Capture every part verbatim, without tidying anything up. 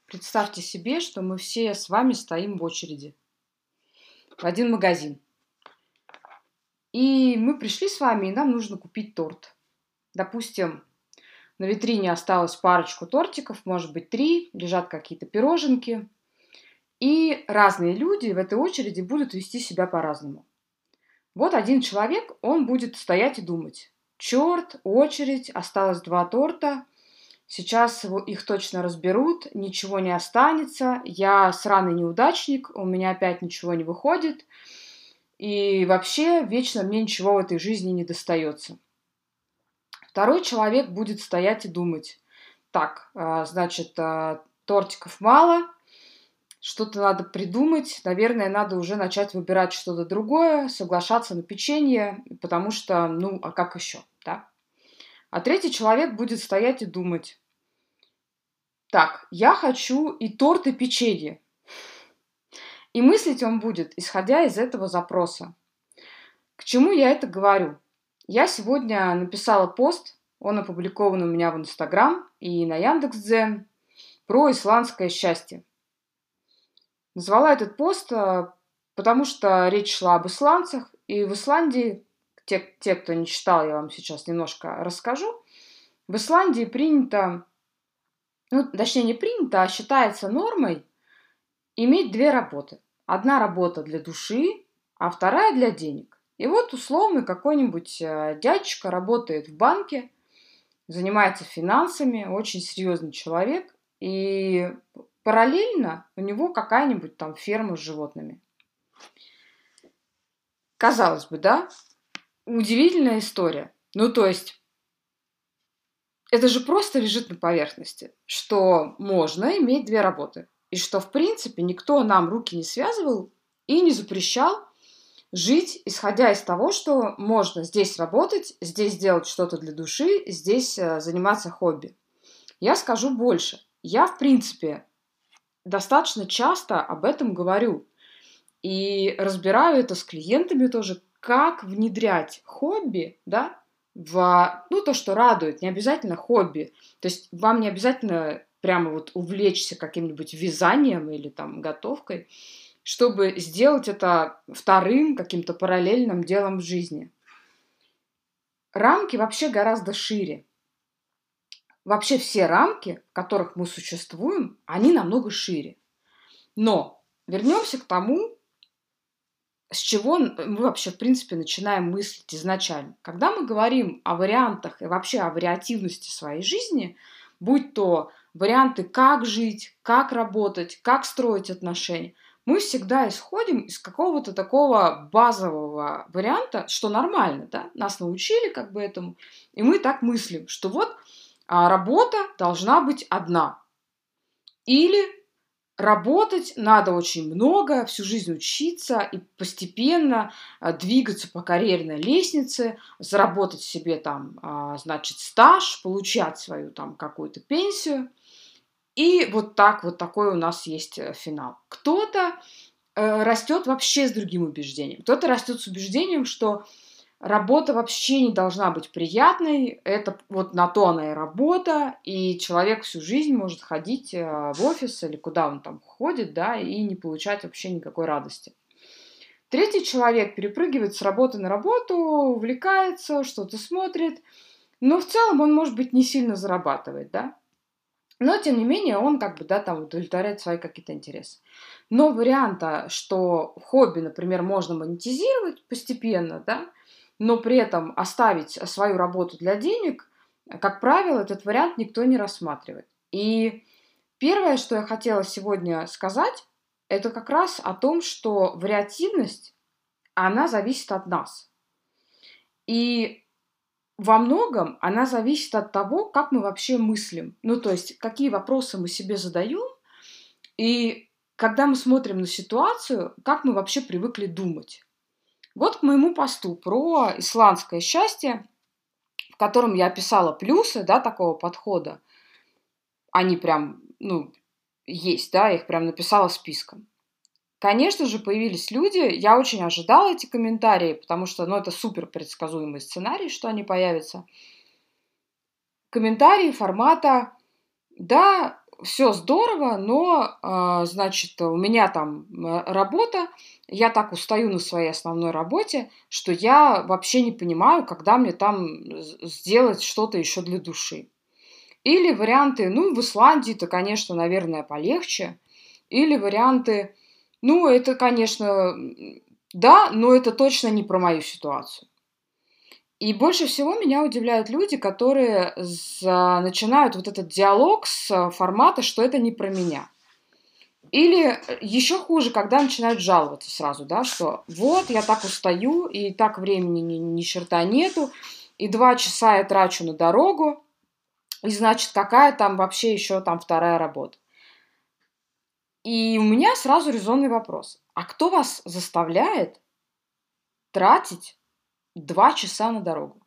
Представьте себе, что мы все с вами стоим в очереди в один магазин. И мы пришли с вами, и нам нужно купить торт. Допустим, на витрине осталось парочку тортиков, может быть, три, лежат какие-то пироженки. И разные люди в этой очереди будут вести себя по-разному. Вот один человек, он будет стоять и думать: черт, очередь, осталось два торта, сейчас его- их точно разберут, ничего не останется, я сраный неудачник, у меня опять ничего не выходит, и вообще вечно мне ничего в этой жизни не достается. Второй человек будет стоять и думать: так, а, значит, а, тортиков мало, что-то надо придумать, наверное, надо уже начать выбирать что-то другое, соглашаться на печенье, потому что, ну, а как еще, да? А третий человек будет стоять и думать: так, я хочу и торт, и печенье. И мыслить он будет, исходя из этого запроса. К чему я это говорю? Я сегодня написала пост, он опубликован у меня в Инстаграм и на Яндекс.Дзен, про исландское счастье. Назвала этот пост, а, потому что речь шла об исландцах, и в Исландии, те, те, кто не читал, я вам сейчас немножко расскажу, в Исландии принято, ну, точнее, не принято, а считается нормой иметь две работы. Одна работа для души, а вторая для денег. И вот условно какой-нибудь э, дядечка работает в банке, занимается финансами, очень серьезный человек, и параллельно у него какая-нибудь там ферма с животными. Казалось бы, да? Удивительная история. Ну, то есть, это же просто лежит на поверхности, что можно иметь две работы. И что, в принципе, никто нам руки не связывал и не запрещал жить, исходя из того, что можно здесь работать, здесь делать что-то для души, здесь э, заниматься хобби. Я скажу больше. Я, в принципе, достаточно часто об этом говорю. И разбираю это с клиентами тоже, как внедрять хобби, да, в, ну, то, что радует, не обязательно хобби. То есть вам не обязательно прямо вот увлечься каким-нибудь вязанием или там готовкой, чтобы сделать это вторым каким-то параллельным делом в жизни. Рамки вообще гораздо шире. Вообще все рамки, в которых мы существуем, они намного шире. Но вернемся к тому, с чего мы вообще, в принципе, начинаем мыслить изначально. Когда мы говорим о вариантах и вообще о вариативности своей жизни, будь то варианты, как жить, как работать, как строить отношения, мы всегда исходим из какого-то такого базового варианта, что нормально, да, нас научили как бы этому, и мы так мыслим, что вот а, работа должна быть одна. Или работать надо очень много, всю жизнь учиться и постепенно а, двигаться по карьерной лестнице, заработать себе там, а, значит, стаж, получать свою там какую-то пенсию. И вот так, вот такой у нас есть э, финал. Кто-то э, растет вообще с другим убеждением. Кто-то растет с убеждением, что работа вообще не должна быть приятной, это вот на то она и работа, и человек всю жизнь может ходить э, в офис или куда он там ходит, да, и не получать вообще никакой радости. Третий человек перепрыгивает с работы на работу, увлекается, что-то смотрит, но в целом он, может быть, не сильно зарабатывает, да, но, тем не менее, он как бы, да, там удовлетворяет свои какие-то интересы. Но варианта, что хобби, например, можно монетизировать постепенно, да, но при этом оставить свою работу для денег, как правило, этот вариант никто не рассматривает. И первое, что я хотела сегодня сказать, это как раз о том, что вариативность, она зависит от нас. И во многом она зависит от того, как мы вообще мыслим. Ну, то есть, какие вопросы мы себе задаем, и когда мы смотрим на ситуацию, как мы вообще привыкли думать. Вот к моему посту про исландское счастье, в котором я описала плюсы, да, такого подхода. Они прям, ну, есть, да, я их прям написала списком. Конечно же, появились люди, я очень ожидала эти комментарии, потому что, ну, это супер предсказуемый сценарий, что они появятся. Комментарии формата: да, все здорово, но, а, значит, у меня там м, работа, я так устаю на своей основной работе, что я вообще не понимаю, когда мне там з- сделать что-то еще для души. Или варианты, ну, в Исландии-то, конечно, наверное, полегче. Или варианты, ну, это, конечно, м, да, но это точно не про мою ситуацию. И больше всего меня удивляют люди, которые за- начинают вот этот диалог с а, формата, что это не про меня. Или еще хуже, когда начинают жаловаться сразу, да, что вот, я так устаю, и так времени ни, ни черта нету, и два часа я трачу на дорогу, и значит, какая там вообще еще там вторая работа. И у меня сразу резонный вопрос. А кто вас заставляет тратить два часа на дорогу?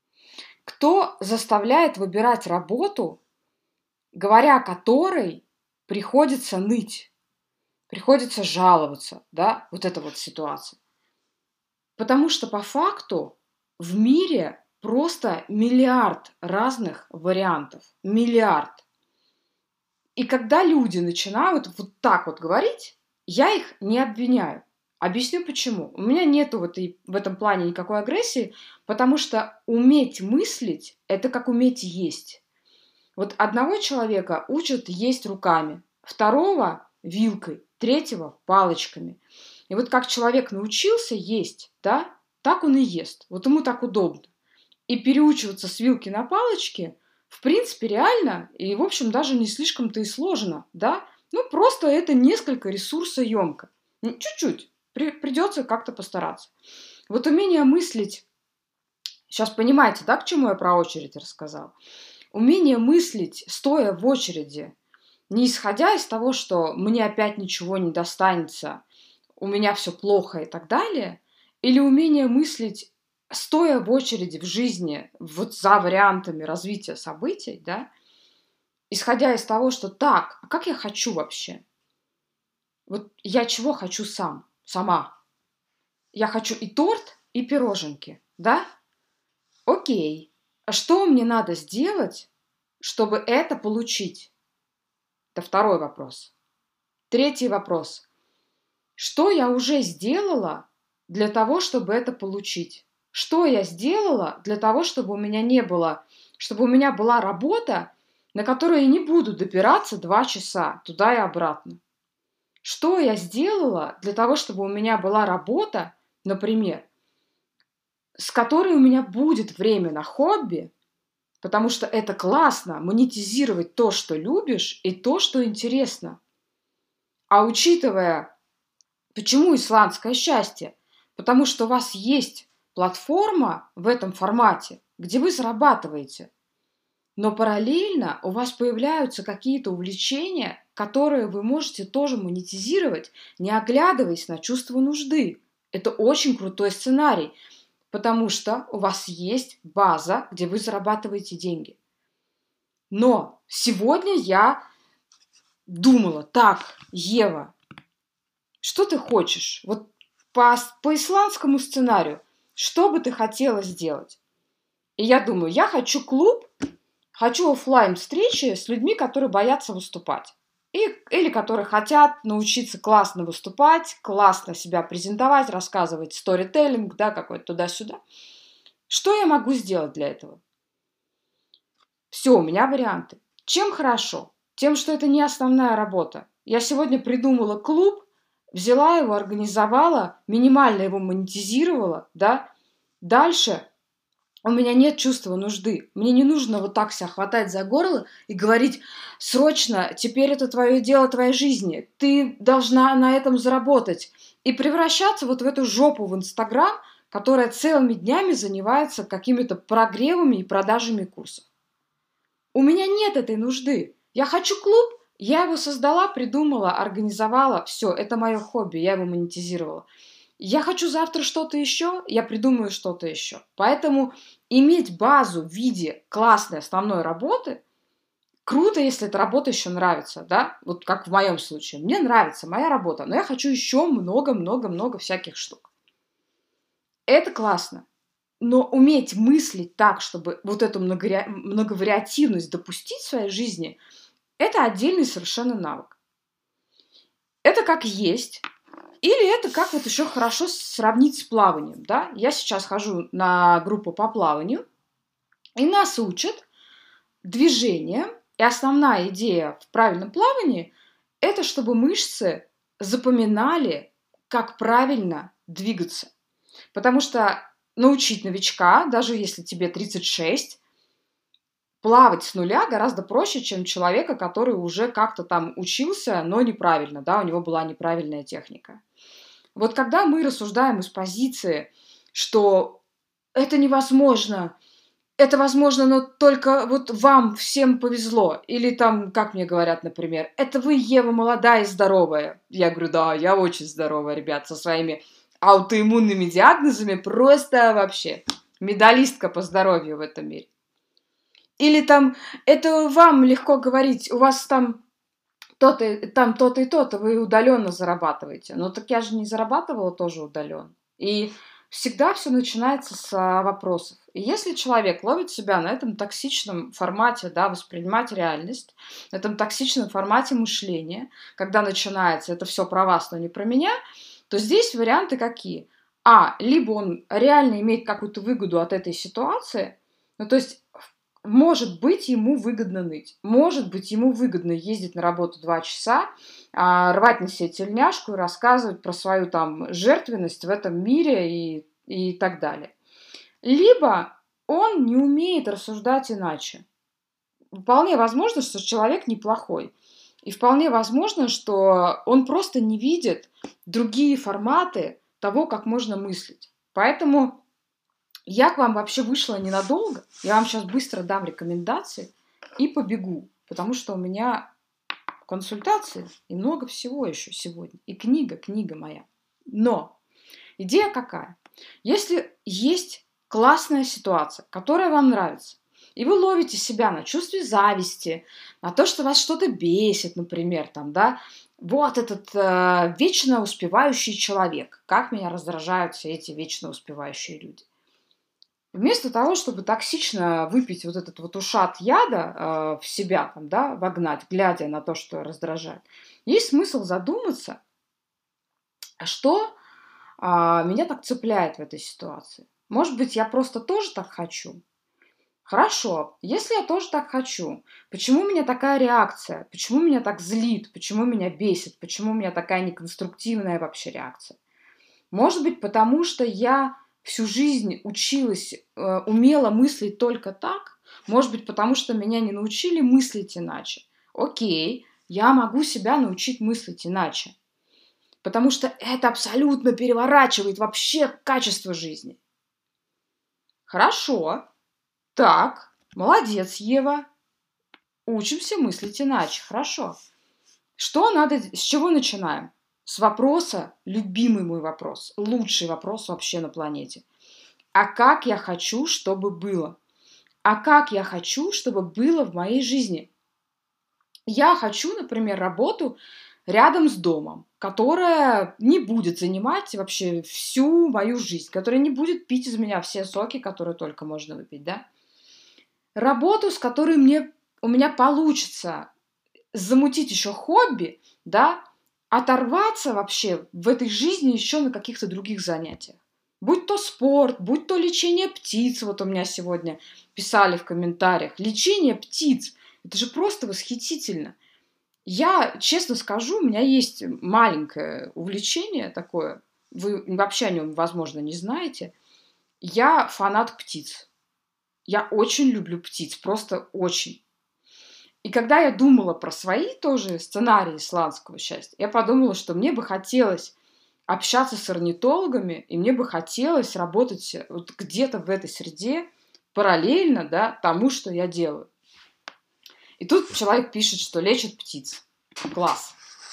Кто заставляет выбирать работу, говоря о которой приходится ныть, приходится жаловаться, да, вот эта вот ситуация. Потому что по факту в мире просто миллиард разных вариантов. Миллиард. И когда люди начинают вот так вот говорить, я их не обвиняю. Объясню почему. У меня нету в, этой, в этом плане никакой агрессии, потому что уметь мыслить– это как уметь есть. Вот одного человека учат есть руками, второго– вилкой, третьего– палочками. И вот как человек научился есть, да, так он и ест. Вот ему так удобно. И переучиваться с вилки на палочки, в принципе, реально, и, в общем, даже не слишком-то и сложно, да. Ну, просто это несколько ресурсоемко. М, Чуть-чуть. При- придется как-то постараться. Вот умение мыслить, сейчас понимаете, да, к чему я про очередь рассказала? Умение мыслить, стоя в очереди, не исходя из того, что мне опять ничего не достанется, у меня все плохо и так далее, или умение мыслить, стоя в очереди в жизни, вот за вариантами развития событий, да, исходя из того, что так, а как я хочу вообще? Вот я чего хочу сам, сама? Я хочу и торт, и пироженки, да? Окей. А что мне надо сделать, чтобы это получить? Это второй вопрос. Третий вопрос. Что я уже сделала для того, чтобы это получить? Что я сделала для того, чтобы у меня не было, чтобы у меня была работа, на которую я не буду допираться два часа туда и обратно? Что я сделала для того, чтобы у меня была работа, например, с которой у меня будет время на хобби, потому что это классно монетизировать то, что любишь, и то, что интересно. А учитывая, почему исландское счастье? Потому что у вас есть платформа в этом формате, где вы зарабатываете, но параллельно у вас появляются какие-то увлечения, которые вы можете тоже монетизировать, не оглядываясь на чувство нужды. Это очень крутой сценарий, потому что у вас есть база, где вы зарабатываете деньги. Но сегодня я думала, так, Ева, что ты хочешь? Вот по, по исландскому сценарию, что бы ты хотела сделать? И я думаю, я хочу клуб, хочу оффлайн встречи с людьми, которые боятся выступать. И, или которые хотят научиться классно выступать, классно себя презентовать, рассказывать сторителлинг, да, какой-то туда-сюда. Что я могу сделать для этого? Все, у меня варианты. Чем хорошо? Тем, что это не основная работа. Я сегодня придумала клуб, взяла его, организовала, минимально его монетизировала, да. Дальше у меня нет чувства нужды. Мне не нужно вот так себя хватать за горло и говорить: срочно, теперь это твое дело твоей жизни, ты должна на этом заработать. И превращаться вот в эту жопу в Инстаграм, которая целыми днями занимается какими-то прогревами и продажами курсов. У меня нет этой нужды. Я хочу клуб, я его создала, придумала, организовала. Все, это мое хобби, я его монетизировала. Я хочу завтра что-то еще, я придумаю что-то еще. Поэтому иметь базу в виде классной основной работы круто, если эта работа еще нравится, да? Вот как в моем случае. Мне нравится моя работа, но я хочу еще много-много-много всяких штук. Это классно. Но уметь мыслить так, чтобы вот эту многовариативность допустить в своей жизни, Это отдельный совершенно навык. Это как есть. Или это как вот еще хорошо сравнить с плаванием, да? Я сейчас хожу на группу по плаванию, и нас учат движением. И основная идея в правильном плавании – это чтобы мышцы запоминали, как правильно двигаться. Потому что научить новичка, даже если тебе тридцать шесть, плавать с нуля гораздо проще, чем человека, который уже как-то там учился, но неправильно, да, у него была неправильная техника. Вот когда мы рассуждаем из позиции, что это невозможно, это возможно, но только вот вам всем повезло. Или там, как мне говорят, например, это вы, Ева, молодая и здоровая. Я говорю, да, я очень здоровая, ребят, со своими аутоиммунными диагнозами просто вообще медалистка по здоровью в этом мире. Или там, это вам легко говорить, у вас там то-то, там то-то и то-то, вы удаленно зарабатываете. Но так я же не зарабатывала тоже удаленно. И всегда все начинается с а, вопросов. И если человек ловит себя на этом токсичном формате, да, воспринимать реальность, на этом токсичном формате мышления, когда начинается это все про вас, но не про меня, то здесь варианты какие? А, либо он реально имеет какую-то выгоду от этой ситуации, ну то есть может быть, ему выгодно ныть. Может быть, ему выгодно ездить на работу два часа, а, рвать на себе тельняшку и рассказывать про свою там жертвенность в этом мире и, и так далее. Либо он не умеет рассуждать иначе. Вполне возможно, что человек неплохой. И вполне возможно, что он просто не видит другие форматы того, как можно мыслить. Поэтому я к вам вообще вышла ненадолго. Я вам сейчас быстро дам рекомендации и побегу, потому что у меня консультации и много всего еще сегодня. И книга, книга моя. Но идея какая? Если есть классная ситуация, которая вам нравится, и вы ловите себя на чувстве зависти, на то, что вас что-то бесит, например, там, да, вот этот э, вечно успевающий человек. Как меня раздражают все эти вечно успевающие люди. Вместо того, чтобы токсично выпить вот этот вот ушат яда э, в себя, там, да, вогнать, глядя на то, что раздражает, есть смысл задуматься, что э, меня так цепляет в этой ситуации. Может быть, я просто тоже так хочу? Хорошо, если я тоже так хочу, почему у меня такая реакция? Почему меня так злит? Почему меня бесит? Почему у меня такая неконструктивная вообще реакция? Может быть, потому что я всю жизнь училась, э, умела мыслить только так. Может быть, потому что меня не научили мыслить иначе. Окей, я могу себя научить мыслить иначе. Потому что это абсолютно переворачивает вообще качество жизни. Хорошо. Так, молодец, Ева. Учимся мыслить иначе. Хорошо. Что надо, с чего начинаем? С вопроса, любимый мой вопрос, лучший вопрос вообще на планете. А как я хочу, чтобы было? А как я хочу, чтобы было в моей жизни? Я хочу, например, работу рядом с домом, которая не будет занимать вообще всю мою жизнь, которая не будет пить из меня все соки, которые только можно выпить, да? Работу, с которой мне, у меня получится замутить еще хобби, да, оторваться вообще в этой жизни еще на каких-то других занятиях. Будь то спорт, будь то лечение птиц. Вот у меня сегодня писали в комментариях. Лечение птиц. Это же просто восхитительно. Я, честно скажу, у меня есть маленькое увлечение такое. Вы вообще о нем, возможно, не знаете. Я фанат птиц. Я очень люблю птиц. Просто очень. И когда я думала про свои тоже сценарии исландского счастья, я подумала, что мне бы хотелось общаться с орнитологами, и мне бы хотелось работать вот где-то в этой среде параллельно, да, тому, что я делаю. И тут человек пишет, что лечит птиц. Класс.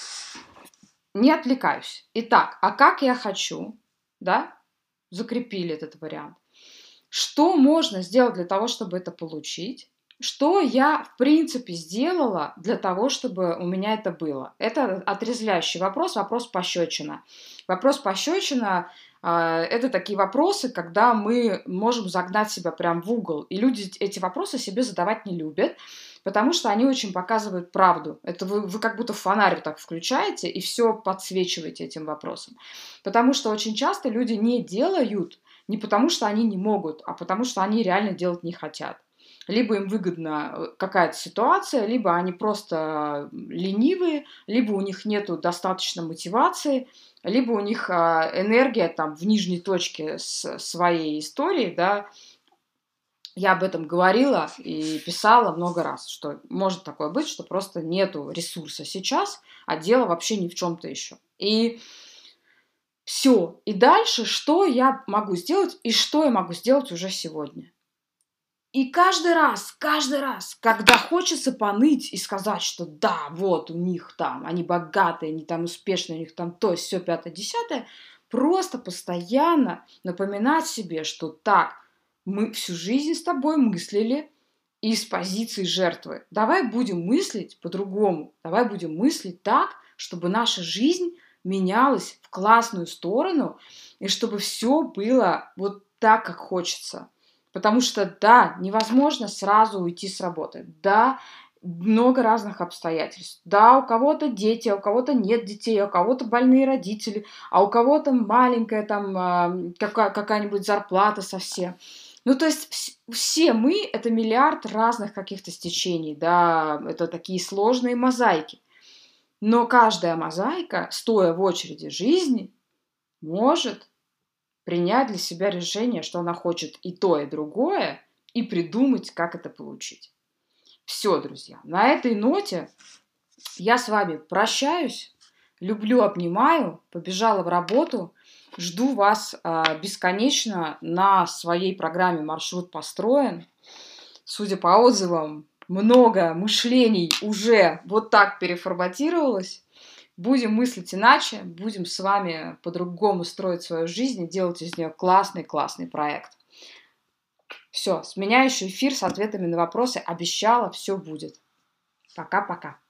Не отвлекаюсь. Итак, а как я хочу, да, закрепили этот вариант. Что можно сделать для того, чтобы это получить? Что я, в принципе, сделала для того, чтобы у меня это было? Это отрезвляющий вопрос, вопрос пощечина. Вопрос пощечина А, это такие вопросы, когда мы можем загнать себя прям в угол. И люди эти вопросы себе задавать не любят, потому что они очень показывают правду. Это вы, вы как будто фонарь так включаете и все подсвечиваете этим вопросом. Потому что очень часто люди не делают не потому, что они не могут, а потому что они реально делать не хотят. Либо им выгодна какая-то ситуация, либо они просто ленивые, либо у них нету достаточно мотивации, либо у них а, энергия там в нижней точке с своей истории, да. Я об этом говорила и писала много раз, что может такое быть, что просто нету ресурса сейчас, а дело вообще ни в чем-то еще. И все. И дальше, что я могу сделать и что я могу сделать уже сегодня? И каждый раз, каждый раз, когда хочется поныть и сказать, что да, вот у них там, они богатые, они там успешные, у них там то, все, пятое, десятое, просто постоянно напоминать себе, что так, мы всю жизнь с тобой мыслили из позиции жертвы. Давай будем мыслить по-другому. Давай будем мыслить так, чтобы наша жизнь менялась в классную сторону, и чтобы все было вот так, как хочется. Потому что, да, невозможно сразу уйти с работы. Да, много разных обстоятельств. Да, у кого-то дети, а у кого-то нет детей, а у кого-то больные родители, а у кого-то маленькая там а, какая- какая-нибудь зарплата совсем. Ну, то есть вс- все мы — это миллиард разных каких-то стечений, да, это такие сложные мозаики. Но каждая мозаика, стоя в очереди жизни, может принять для себя решение, что она хочет и то, и другое, и придумать, как это получить. Все, друзья, на этой ноте я с вами прощаюсь, люблю, обнимаю, побежала в работу, жду вас а, бесконечно на своей программе «Маршрут построен». Судя по отзывам, много мышлений уже вот так переформатировалось. Будем мыслить иначе, будем с вами по-другому строить свою жизнь и делать из нее классный-классный проект. Все, с меня еще эфир с ответами на вопросы. Обещала, все будет. Пока-пока.